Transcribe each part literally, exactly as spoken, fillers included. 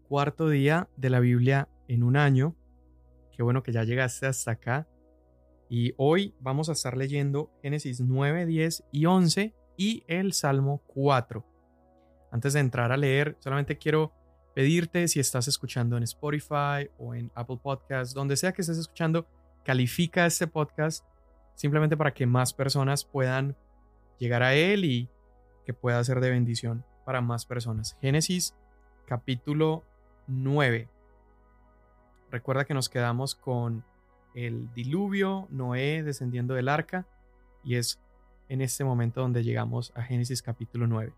cuarto día de la Biblia en un año. Qué bueno que ya llegaste hasta acá. Y hoy vamos a estar leyendo Génesis nueve, diez y once y el Salmo cuatro. Antes de entrar a leer, solamente quiero pedirte, si estás escuchando en Spotify o en Apple Podcasts, donde sea que estés escuchando, califica este podcast simplemente para que más personas puedan llegar a él y que pueda ser de bendición para más personas. Génesis capítulo nueve. Recuerda que nos quedamos con el diluvio, Noé descendiendo del arca, y es en este momento donde llegamos a Génesis capítulo nueve.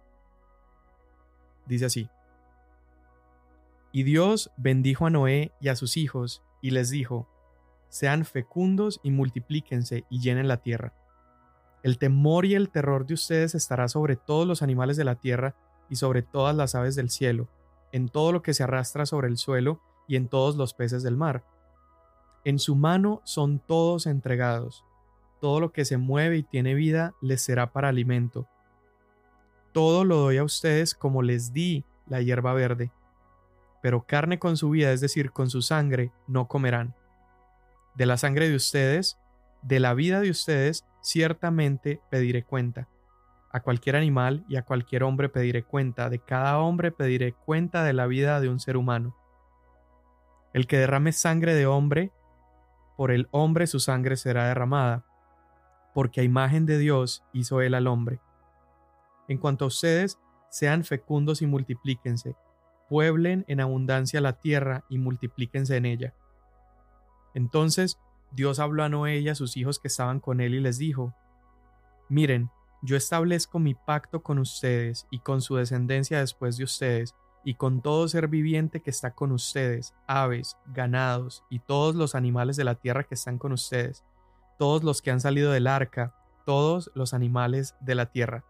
Dice así: Y Dios bendijo a Noé y a sus hijos, y les dijo: sean fecundos y multiplíquense y llenen la tierra. El temor y el terror de ustedes estará sobre todos los animales de la tierra y sobre todas las aves del cielo, en todo lo que se arrastra sobre el suelo y en todos los peces del mar. En su mano son todos entregados. Todo lo que se mueve y tiene vida les será para alimento. Todo lo doy a ustedes como les di la hierba verde. Pero carne con su vida, es decir, con su sangre, no comerán. De la sangre de ustedes, de la vida de ustedes, ciertamente pediré cuenta. A cualquier animal y a cualquier hombre pediré cuenta. De cada hombre pediré cuenta de la vida de un ser humano. El que derrame sangre de hombre, por el hombre su sangre será derramada, porque a imagen de Dios hizo él al hombre. En cuanto a ustedes, sean fecundos y multiplíquense, pueblen en abundancia la tierra y multiplíquense en ella. Entonces Dios habló a Noé y a sus hijos que estaban con él y les dijo: miren, yo establezco mi pacto con ustedes y con su descendencia después de ustedes, y con todo ser viviente que está con ustedes, aves, ganados y todos los animales de la tierra que están con ustedes, todos los que han salido del arca, todos los animales de la tierra.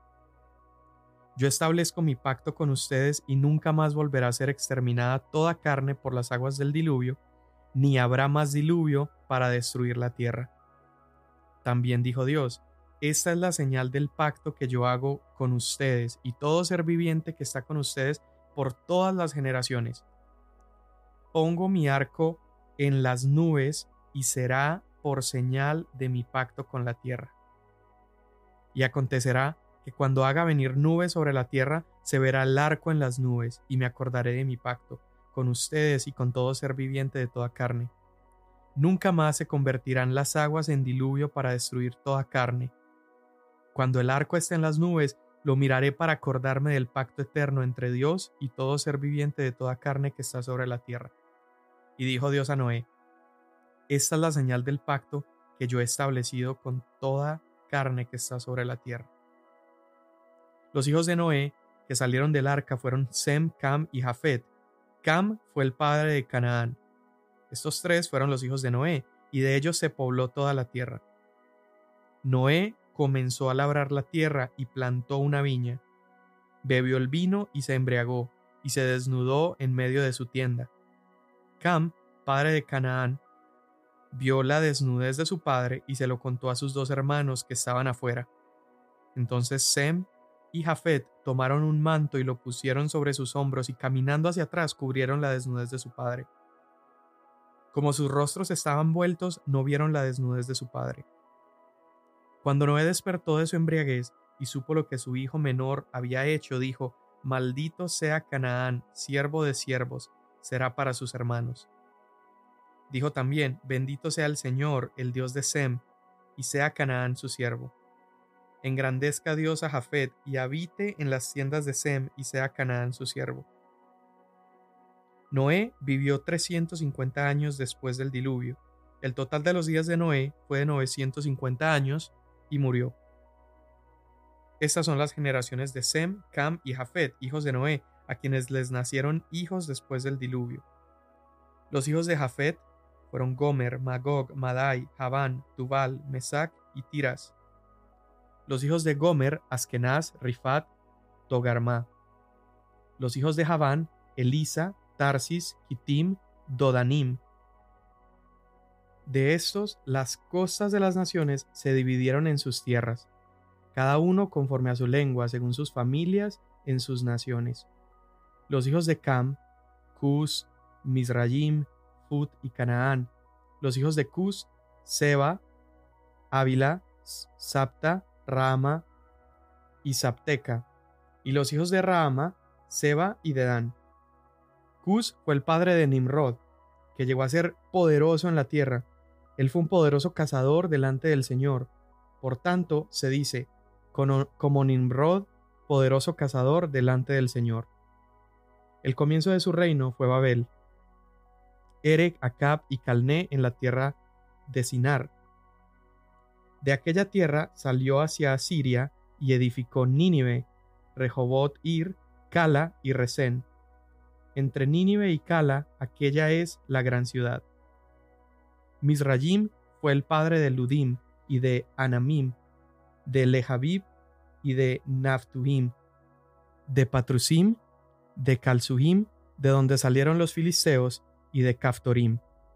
Yo establezco mi pacto con ustedes y nunca más volverá a ser exterminada toda carne por las aguas del diluvio, ni habrá más diluvio para destruir la tierra. También dijo Dios: esta es la señal del pacto que yo hago con ustedes y todo ser viviente que está con ustedes por todas las generaciones. Pongo mi arco en las nubes y será por señal de mi pacto con la tierra. Y acontecerá que cuando haga venir nubes sobre la tierra, se verá el arco en las nubes, y me acordaré de mi pacto con ustedes y con todo ser viviente de toda carne. Nunca más se convertirán las aguas en diluvio para destruir toda carne. Cuando el arco esté en las nubes, lo miraré para acordarme del pacto eterno entre Dios y todo ser viviente de toda carne que está sobre la tierra. Y dijo Dios a Noé: esta es la señal del pacto que yo he establecido con toda carne que está sobre la tierra. Los hijos de Noé que salieron del arca fueron Sem, Cam y Jafet. Cam fue el padre de Canaán. Estos tres fueron los hijos de Noé, y de ellos se pobló toda la tierra. Noé comenzó a labrar la tierra y plantó una viña. Bebió el vino y se embriagó, y se desnudó en medio de su tienda. Cam, padre de Canaán, vio la desnudez de su padre y se lo contó a sus dos hermanos que estaban afuera. Entonces Sem y Jafet tomaron un manto y lo pusieron sobre sus hombros y caminando hacia atrás cubrieron la desnudez de su padre. Como sus rostros estaban vueltos, no vieron la desnudez de su padre. Cuando Noé despertó de su embriaguez y supo lo que su hijo menor había hecho, dijo: maldito sea Canaán, siervo de siervos, será para sus hermanos. Dijo también: bendito sea el Señor, el Dios de Sem, y sea Canaán su siervo. Engrandezca Dios a Jafet y habite en las tiendas de Sem, y sea Canaán su siervo. Noé vivió trescientos cincuenta años después del diluvio. El total de los días de Noé fue de novecientos cincuenta años y murió. Estas son las generaciones de Sem, Cam y Jafet, hijos de Noé, a quienes les nacieron hijos después del diluvio. Los hijos de Jafet fueron Gomer, Magog, Madai, Javán, Tubal, Mesac y Tiras. Los hijos de Gomer, Askenaz, Rifat, Togarmá. Los hijos de Javán, Elisa, Tarsis, Kitim, Dodanim. De estos, las costas de las naciones se dividieron en sus tierras, cada uno conforme a su lengua, según sus familias, en sus naciones. Los hijos de Cam, Cus, Mizraim, Phut y Canaán. Los hijos de Cus, Seba, Ávila, Sabta, Raama y Sabteca. Y los hijos de Raama, Seba y Dedán. Cus fue el padre de Nimrod, que llegó a ser poderoso en la tierra. Él fue un poderoso cazador delante del Señor. Por tanto, se dice, como Nimrod, poderoso cazador delante del Señor. El comienzo de su reino fue Babel, Erec, Acab y Calné en la tierra de Sinar. De aquella tierra salió hacia Asiria y edificó Nínive, Rehobot Ir, Cala y Resén. Entre Nínive y Cala, aquella es la gran ciudad. Mizraim fue el padre de Ludim y de Anamim, de Lehabib y de Naphtuhim, de Patrusim, de Calsuhim, de donde salieron los filisteos, y de Caftorim.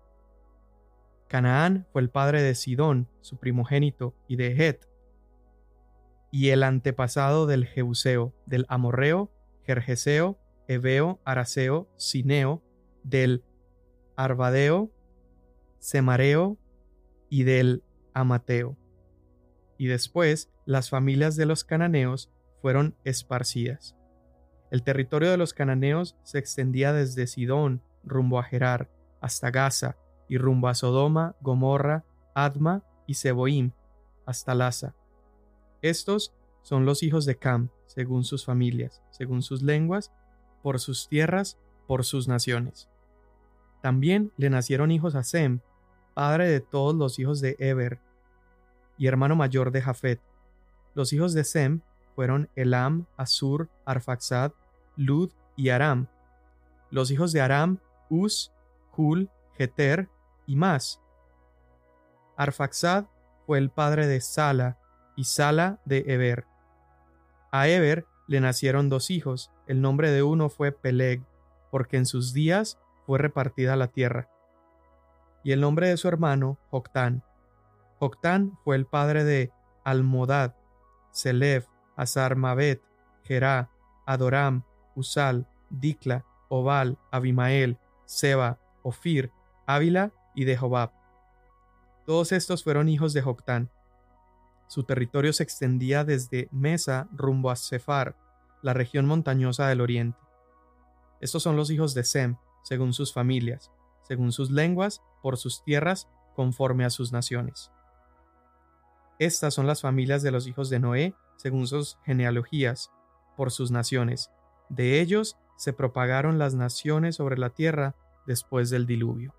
Canaán fue el padre de Sidón, su primogénito, y de Het, y el antepasado del Jebuseo, del Amorreo, Gergeseo, Heveo, Araseo, Sineo, del Arvadeo, Semareo y del Amateo. Y después las familias de los cananeos fueron esparcidas. El territorio de los cananeos se extendía desde Sidón rumbo a Gerar hasta Gaza y rumbo a Sodoma, Gomorra, Adma y Seboim hasta Lasa. Estos son los hijos de Cam, según sus familias, según sus lenguas, por sus tierras, por sus naciones. También le nacieron hijos a Sem, padre de todos los hijos de Eber y hermano mayor de Jafet. Los hijos de Sem fueron Elam, Asur, Arfaxad, Lud y Aram. Los hijos de Aram, Uz, Hul, Geter y más. Arfaxad fue el padre de Sala y Sala de Eber. A Eber le nacieron dos hijos. El nombre de uno fue Peleg, porque en sus días fue repartida la tierra. Y el nombre de su hermano, Joctán. Joctán fue el padre de Almodad, Selef, Azarmaveth, Gerá, Adoram, Usal, Dicla, Obal, Abimael, Seba, Ofir, Ávila y de Jobab. Todos estos fueron hijos de Joctán. Su territorio se extendía desde Mesa rumbo a Sefar, la región montañosa del oriente. Estos son los hijos de Sem, según sus familias, según sus lenguas, por sus tierras, conforme a sus naciones. Estas son las familias de los hijos de Noé, según sus genealogías, por sus naciones. De ellos se propagaron las naciones sobre la tierra después del diluvio.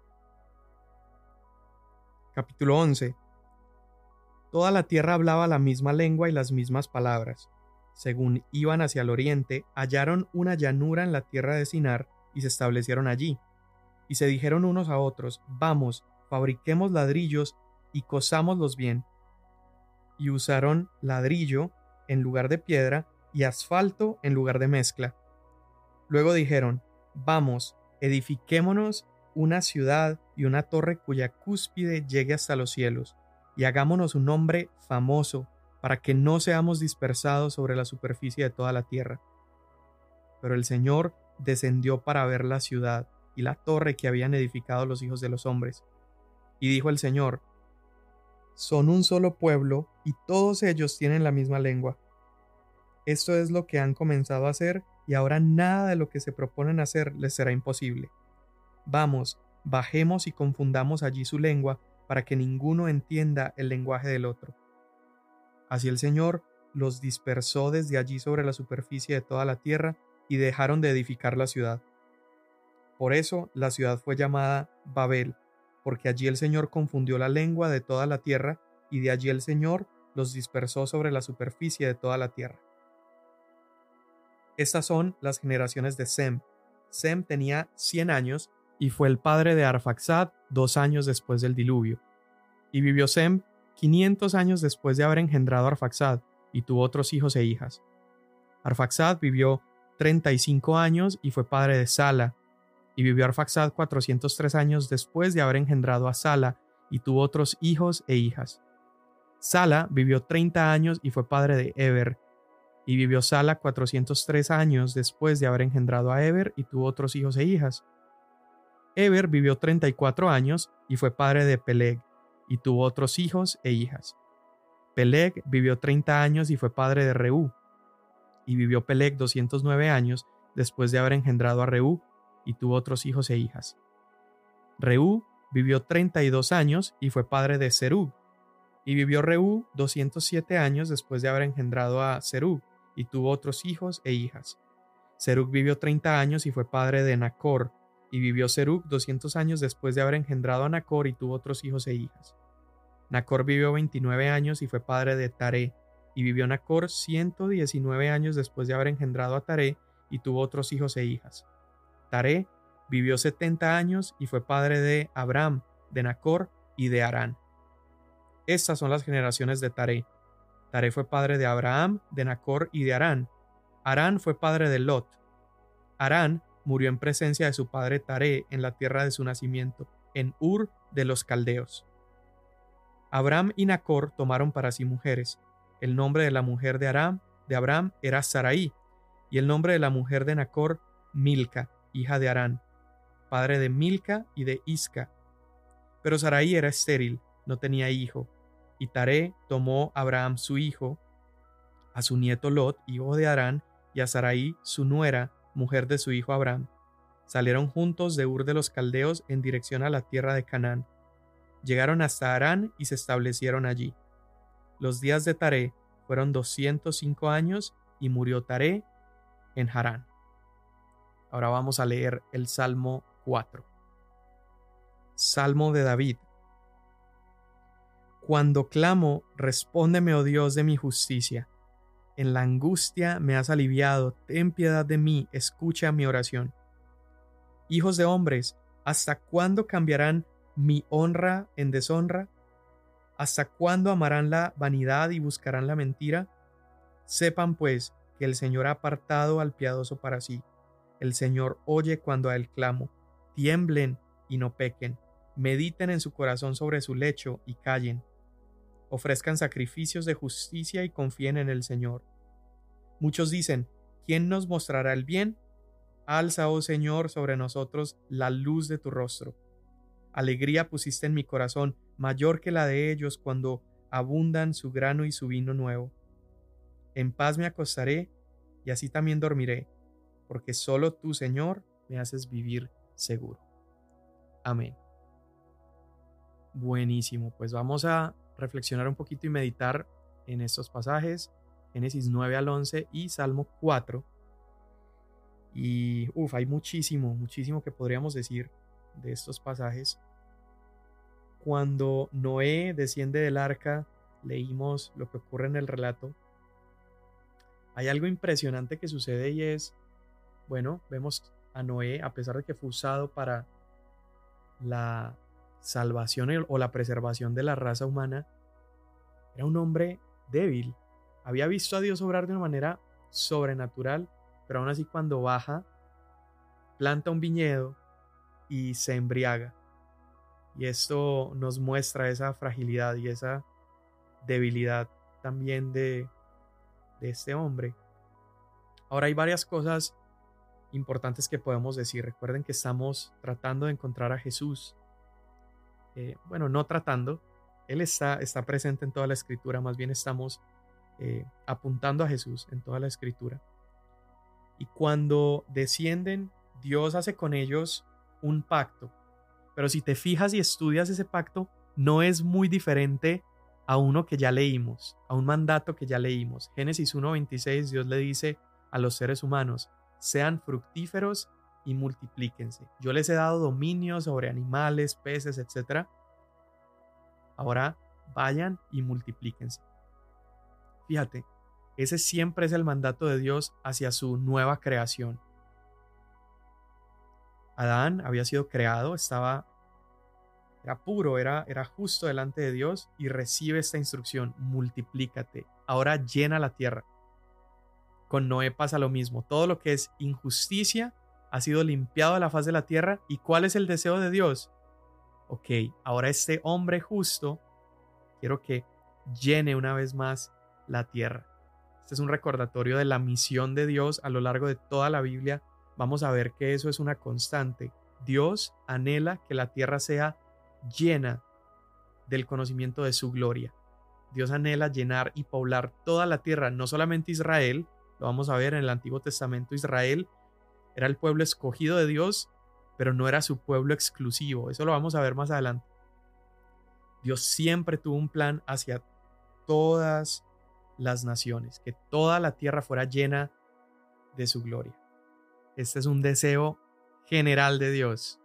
Capítulo once. Toda la tierra hablaba la misma lengua y las mismas palabras. Según iban hacia el oriente, hallaron una llanura en la tierra de Sinar y se establecieron allí. Y se dijeron unos a otros, vamos, fabriquemos ladrillos y cosámoslos bien. Y usaron ladrillo en lugar de piedra y asfalto en lugar de mezcla. Luego dijeron, vamos, edifiquémonos una ciudad y una torre cuya cúspide llegue hasta los cielos, y hagámonos un nombre famoso, para que no seamos dispersados sobre la superficie de toda la tierra. Pero el Señor descendió para ver la ciudad y la torre que habían edificado los hijos de los hombres. Y dijo el Señor, son un solo pueblo y todos ellos tienen la misma lengua. Esto es lo que han comenzado a hacer y ahora nada de lo que se proponen hacer les será imposible. Vamos, bajemos y confundamos allí su lengua para que ninguno entienda el lenguaje del otro. Así el Señor los dispersó desde allí sobre la superficie de toda la tierra y dejaron de edificar la ciudad. Por eso la ciudad fue llamada Babel, porque allí el Señor confundió la lengua de toda la tierra y de allí el Señor los dispersó sobre la superficie de toda la tierra. Estas son las generaciones de Sem. Sem tenía cien años y fue el padre de Arfaxad dos años después del diluvio. Y vivió Sem quinientos años después de haber engendrado a Arfaxad, y tuvo otros hijos e hijas. Arfaxad vivió treinta y cinco años y fue padre de Sala, y vivió Arfaxad cuatrocientos tres años después de haber engendrado a Sala, y tuvo otros hijos e hijas. Sala vivió treinta años y fue padre de Eber, y vivió Sala cuatrocientos tres años después de haber engendrado a Eber, y tuvo otros hijos e hijas. Eber vivió treinta y cuatro años y fue padre de Peleg, y tuvo otros hijos e hijas. Peleg vivió treinta años y fue padre de Reú, y vivió Peleg doscientos nueve años después de haber engendrado a Reú, y tuvo otros hijos e hijas. Reú vivió treinta y dos años y fue padre de Serug, y vivió Reú doscientos siete años después de haber engendrado a Serug, y tuvo otros hijos e hijas. Serug vivió treinta años y fue padre de Nacor, y vivió Serug doscientos años después de haber engendrado a Nacor, y tuvo otros hijos e hijas. Nacor vivió veintinueve años y fue padre de Taré, y vivió Nacor ciento diecinueve años después de haber engendrado a Taré, y tuvo otros hijos e hijas. Taré vivió setenta años y fue padre de Abram, de Nacor y de Harán. Estas son las generaciones de Taré. Taré fue padre de Abraham, de Nacor y de Harán. Harán fue padre de Lot. Harán murió en presencia de su padre Taré en la tierra de su nacimiento, en Ur de los Caldeos. Abram y Nacor tomaron para sí mujeres. El nombre de la mujer de Aram, de Abram era Sarai, y el nombre de la mujer de Nacor, Milca, hija de Harán, padre de Milca y de Isca. Pero Sarai era estéril, no tenía hijo, y Taré tomó a Abraham su hijo, a su nieto Lot, hijo de Harán, y a Sarai su nuera, mujer de su hijo Abram. Salieron juntos de Ur de los Caldeos en dirección a la tierra de Canaán. Llegaron hasta Harán y se establecieron allí. Los días de Taré fueron doscientos cinco años y murió Taré en Harán. Ahora vamos a leer el Salmo cuatro. Salmo de David. Cuando clamo, respóndeme, oh Dios de mi justicia. En la angustia me has aliviado, ten piedad de mí, escucha mi oración. Hijos de hombres, ¿hasta cuándo cambiarán mi honra en deshonra? ¿Hasta cuándo amarán la vanidad y buscarán la mentira? Sepan pues que el Señor ha apartado al piadoso para sí. El Señor oye cuando a él clamo. Tiemblen y no pequen. Mediten en su corazón sobre su lecho y callen. Ofrezcan sacrificios de justicia y confíen en el Señor. Muchos dicen, ¿quién nos mostrará el bien? Alza, oh Señor, sobre nosotros la luz de tu rostro. Alegría pusiste en mi corazón, mayor que la de ellos cuando abundan su grano y su vino nuevo. En paz me acostaré y así también dormiré, porque solo tú, Señor, me haces vivir seguro. Amén. Buenísimo, pues vamos a reflexionar un poquito y meditar en estos pasajes, Génesis nueve al once y Salmo cuatro. Y uff, hay muchísimo, muchísimo que podríamos decir de estos pasajes. Cuando Noé desciende del arca, leímos lo que ocurre en el relato. Hay algo impresionante que sucede y es, bueno, vemos a Noé, a pesar de que fue usado para la salvación o la preservación de la raza humana, era un hombre débil. Había visto a Dios obrar de una manera sobrenatural, pero aún así cuando baja, planta un viñedo y se embriaga. Y esto nos muestra esa fragilidad y esa debilidad también de, de este hombre. Ahora hay varias cosas importantes que podemos decir. Recuerden que estamos tratando de encontrar a Jesús. Eh, bueno, no tratando. Él está, está presente en toda la Escritura. Más bien estamos eh, apuntando a Jesús en toda la Escritura. Y cuando descienden, Dios hace con ellos un pacto. Pero si te fijas y estudias ese pacto, no es muy diferente a uno que ya leímos, a un mandato que ya leímos. Génesis uno veintiséis, Dios le dice a los seres humanos, sean fructíferos y multiplíquense. Yo les he dado dominio sobre animales, peces, etcétera. Ahora vayan y multiplíquense. Fíjate, ese siempre es el mandato de Dios hacia su nueva creación. Adán había sido creado, estaba, era puro, era, era justo delante de Dios y recibe esta instrucción, multiplícate, ahora llena la tierra. Con Noé pasa lo mismo, todo lo que es injusticia ha sido limpiado de la faz de la tierra. ¿Y cuál es el deseo de Dios? Ok, ahora este hombre justo, quiero que llene una vez más la tierra. Este es un recordatorio de la misión de Dios a lo largo de toda la Biblia. Vamos a ver que eso es una constante. Dios anhela que la tierra sea llena del conocimiento de su gloria. Dios anhela llenar y poblar toda la tierra, no solamente Israel. Lo vamos a ver en el Antiguo Testamento. Israel era el pueblo escogido de Dios, pero no era su pueblo exclusivo. Eso lo vamos a ver más adelante. Dios siempre tuvo un plan hacia todas las naciones, que toda la tierra fuera llena de su gloria. Este es un deseo general de Dios.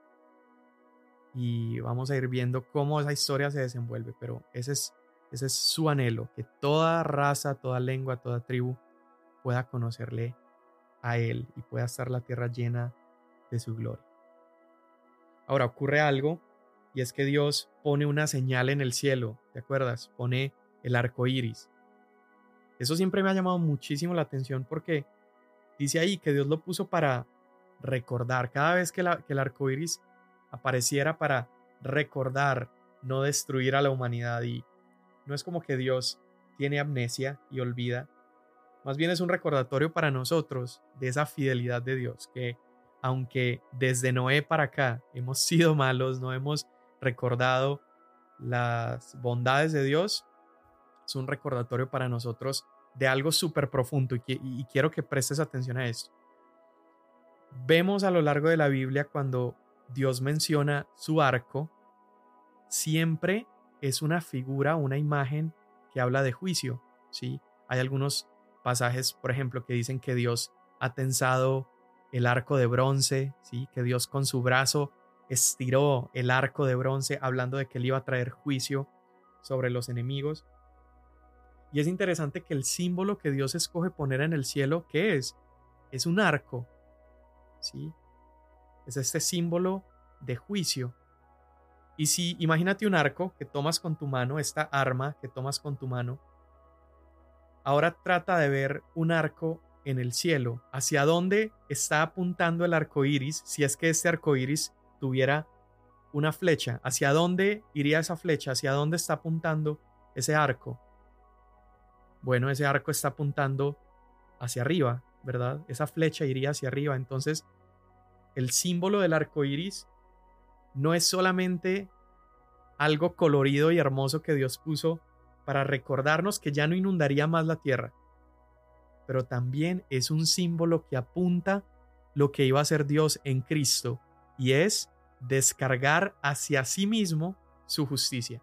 Y vamos a ir viendo cómo esa historia se desenvuelve, pero ese es, ese es su anhelo, que toda raza, toda lengua, toda tribu pueda conocerle a Él y pueda estar la tierra llena de su gloria. Ahora ocurre algo, y es que Dios pone una señal en el cielo, ¿te acuerdas? Pone el arco iris. Eso siempre me ha llamado muchísimo la atención porque dice ahí que Dios lo puso para recordar. Cada vez que, la, que el arco iris apareciera, para recordar, no destruir a la humanidad. Y no es como que Dios tiene amnesia y olvida. Más bien es un recordatorio para nosotros de esa fidelidad de Dios, que aunque desde Noé para acá hemos sido malos, no hemos recordado las bondades de Dios, es un recordatorio para nosotros de algo súper profundo, y, y quiero que prestes atención a esto. Vemos a lo largo de la Biblia cuando Dios menciona su arco, siempre es una figura, una imagen que habla de juicio, ¿sí? Hay algunos pasajes, por ejemplo, que dicen que Dios ha tensado el arco de bronce, ¿sí? Que Dios con su brazo estiró el arco de bronce, hablando de que él iba a traer juicio sobre los enemigos. Y es interesante que el símbolo que Dios escoge poner en el cielo, ¿qué es? Es un arco, ¿sí? Es este símbolo de juicio. Y si imagínate un arco que tomas con tu mano, esta arma que tomas con tu mano, ahora trata de ver un arco en el cielo. ¿Hacia dónde está apuntando el arco iris? Si es que este arco iris tuviera una flecha, ¿hacia dónde iría esa flecha? ¿Hacia dónde está apuntando ese arco? Bueno, ese arco está apuntando hacia arriba, ¿verdad? Esa flecha iría hacia arriba. Entonces, el símbolo del arco iris no es solamente algo colorido y hermoso que Dios puso para recordarnos que ya no inundaría más la tierra, pero también es un símbolo que apunta lo que iba a hacer Dios en Cristo, y es descargar hacia sí mismo su justicia.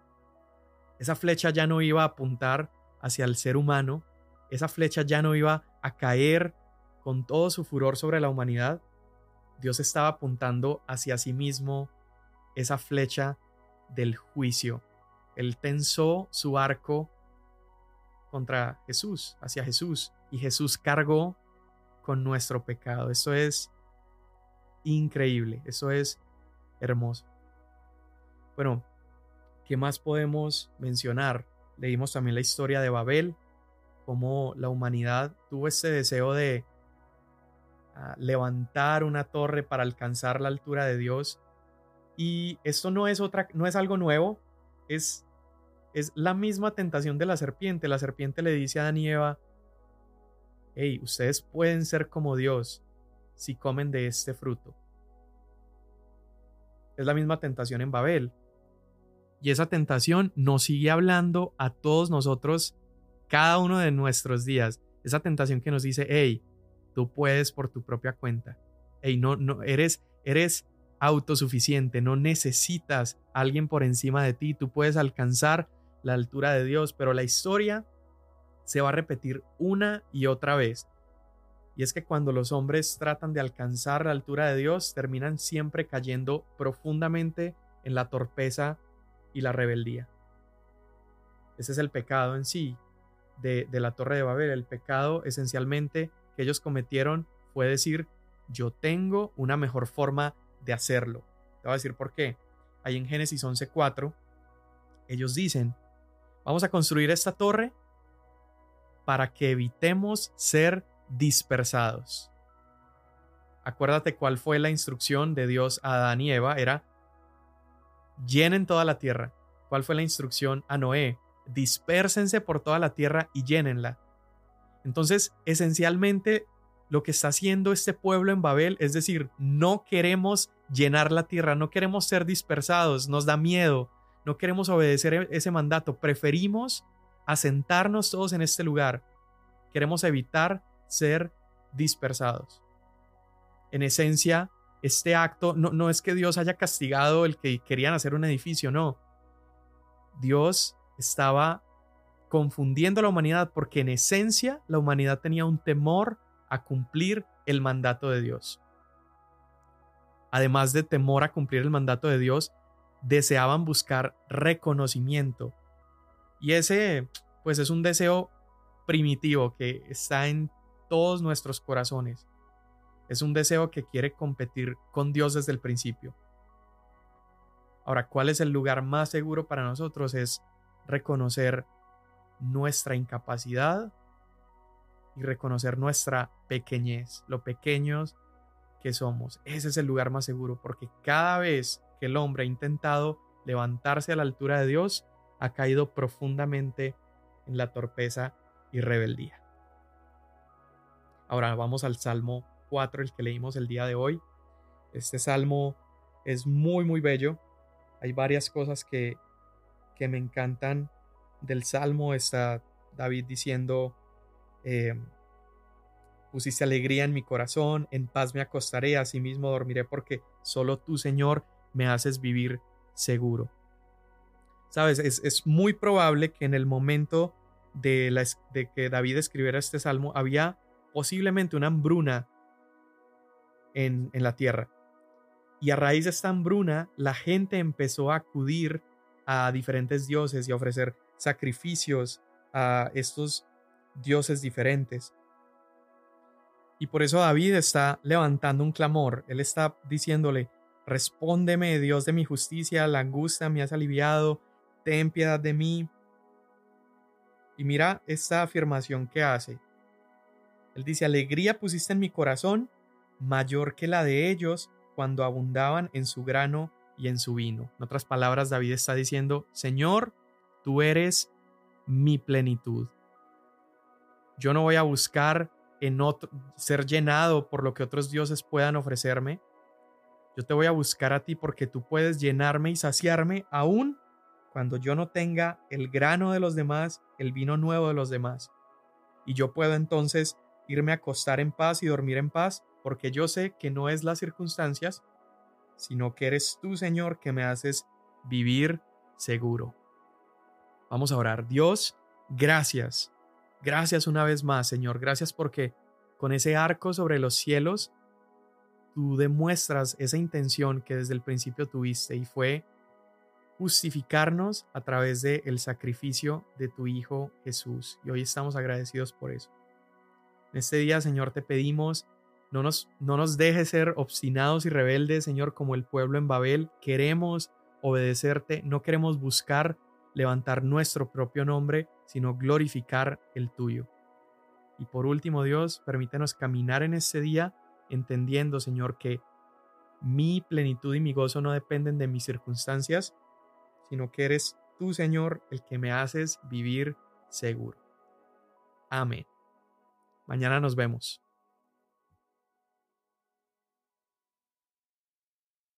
Esa flecha ya no iba a apuntar hacia el ser humano, esa flecha ya no iba a caer con todo su furor sobre la humanidad. Dios estaba apuntando hacia sí mismo esa flecha del juicio. Él tensó su arco contra Jesús, hacia Jesús, y Jesús cargó con nuestro pecado. Eso es increíble, eso es hermoso. Bueno, ¿qué más podemos mencionar? Leímos también la historia de Babel, cómo la humanidad tuvo ese deseo de uh, levantar una torre para alcanzar la altura de Dios. Y esto no es otra, no es algo nuevo, es, es la misma tentación de la serpiente. La serpiente le dice a Adán y Eva: hey, ustedes pueden ser como Dios si comen de este fruto. Es la misma tentación en Babel. Y esa tentación nos sigue hablando a todos nosotros cada uno de nuestros días. Esa tentación que nos dice: hey, tú puedes por tu propia cuenta. Hey, no, no, eres, eres autosuficiente, no necesitas a alguien por encima de ti, tú puedes alcanzar la altura de Dios. Pero la historia se va a repetir una y otra vez. Y es que cuando los hombres tratan de alcanzar la altura de Dios, terminan siempre cayendo profundamente en la torpeza y la rebeldía. Ese es el pecado en sí de, de la Torre de Babel. El pecado esencialmente que ellos cometieron fue decir: yo tengo una mejor forma de hacerlo. Te voy a decir por qué. Ahí en Génesis once cuatro ellos dicen: vamos a construir esta torre para que evitemos ser dispersados. Acuérdate cuál fue la instrucción de Dios a Adán y Eva. Era: llenen toda la tierra. ¿Cuál fue la instrucción a Noé? Dispérsense por toda la tierra y llénenla. Entonces, esencialmente, lo que está haciendo este pueblo en Babel es decir: no queremos llenar la tierra, no queremos ser dispersados, nos da miedo, no queremos obedecer ese mandato, preferimos asentarnos todos en este lugar, queremos evitar ser dispersados. En esencia, este acto no, no es que Dios haya castigado el que querían hacer un edificio, no. Dios estaba confundiendo a la humanidad porque en esencia la humanidad tenía un temor a cumplir el mandato de Dios. Además de temor a cumplir el mandato de Dios, deseaban buscar reconocimiento. Y ese, pues, es un deseo primitivo que está en todos nuestros corazones. Es un deseo que quiere competir con Dios desde el principio. Ahora, ¿cuál es el lugar más seguro para nosotros? Es reconocer nuestra incapacidad y reconocer nuestra pequeñez, lo pequeños que somos. Ese es el lugar más seguro, porque cada vez que el hombre ha intentado levantarse a la altura de Dios, ha caído profundamente en la torpeza y rebeldía. Ahora vamos al Salmo cuatro, el que leímos el día de hoy. Este salmo es muy muy bello. Hay varias cosas que, que me encantan del salmo. Está David diciendo: eh, pusiste alegría en mi corazón, en paz me acostaré, asimismo dormiré, porque solo tú, Señor, me haces vivir seguro. Sabes, es, es muy probable que en el momento de, la, de que David escribiera este salmo había posiblemente una hambruna en, en la tierra. Y a raíz de esta hambruna, la gente empezó a acudir a diferentes dioses y a ofrecer sacrificios a estos dioses diferentes. Y por eso David está levantando un clamor. Él está diciéndole: respóndeme, Dios de mi justicia, la angustia me has aliviado, ten piedad de mí. Y mira esta afirmación que hace. Él dice: alegría pusiste en mi corazón, mayor que la de ellos cuando abundaban en su grano y en su vino. En otras palabras, David está diciendo: Señor, tú eres mi plenitud. Yo no voy a buscar en otro, ser llenado por lo que otros dioses puedan ofrecerme. Yo te voy a buscar a ti porque tú puedes llenarme y saciarme aún cuando yo no tenga el grano de los demás, el vino nuevo de los demás. Y yo puedo entonces irme a acostar en paz y dormir en paz, porque yo sé que no es las circunstancias, sino que eres tú, Señor, que me haces vivir seguro. Vamos a orar. Dios, gracias. Gracias una vez más, Señor. Gracias porque con ese arco sobre los cielos, tú demuestras esa intención que desde el principio tuviste, y fue justificarnos a través del sacrificio de tu Hijo Jesús. Y hoy estamos agradecidos por eso. En este día, Señor, te pedimos, no nos, no nos dejes ser obstinados y rebeldes, Señor, como el pueblo en Babel. Queremos obedecerte, no queremos buscar levantar nuestro propio nombre, sino glorificar el tuyo. Y por último, Dios, permítenos caminar en este día entendiendo, Señor, que mi plenitud y mi gozo no dependen de mis circunstancias, sino que eres tú, Señor, el que me haces vivir seguro. Amén. Mañana nos vemos.